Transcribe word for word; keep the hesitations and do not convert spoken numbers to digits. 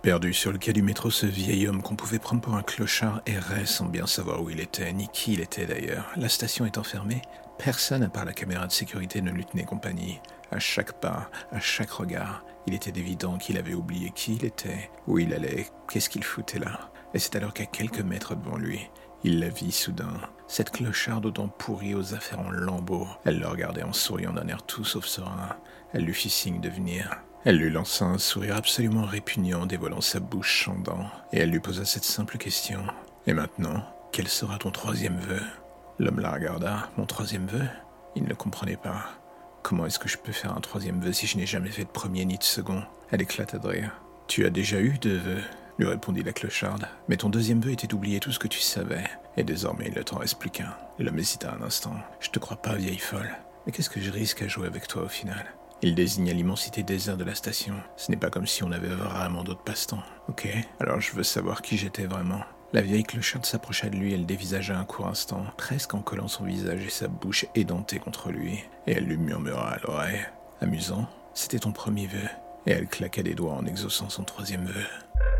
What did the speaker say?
Perdu sur le quai du métro, ce vieil homme qu'on pouvait prendre pour un clochard errait sans bien savoir où il était, ni qui il était d'ailleurs. La station étant fermée, personne à part la caméra de sécurité ne lui tenait compagnie. À chaque pas, à chaque regard, il était évident qu'il avait oublié qui il était, où il allait, qu'est-ce qu'il foutait là. Et c'est alors qu'à quelques mètres devant lui, il la vit soudain. Cette clocharde aux dents pourries, aux affaires en lambeaux. Elle le regardait en souriant d'un air tout sauf serein. Elle lui fit signe de venir. Elle lui lança un sourire absolument répugnant, dévoilant sa bouche sans dents, et elle lui posa cette simple question. « Et maintenant, quel sera ton troisième vœu ?» L'homme la regarda. « Mon troisième vœu ?» Il ne le comprenait pas. « Comment est-ce que je peux faire un troisième vœu si je n'ai jamais fait de premier ni de second ?» Elle éclata de rire. « Tu as déjà eu deux vœux ?» lui répondit la clocharde. « Mais ton deuxième vœu était d'oublier tout ce que tu savais. Et désormais, il ne t'en reste plus qu'un. » L'homme hésita un instant. « Je te crois pas, vieille folle. Mais qu'est-ce que je risque à jouer avec toi au final ?» Il désigna l'immensité déserte de la station. Ce n'est pas comme si on avait vraiment d'autres passe-temps. Ok, alors je veux savoir qui j'étais vraiment. La vieille clocharde s'approcha de lui, elle dévisagea un court instant, presque en collant son visage et sa bouche édentée contre lui, et elle lui murmura à l'oreille. Amusant, c'était ton premier vœu. Et elle claqua des doigts en exaucant son troisième vœu.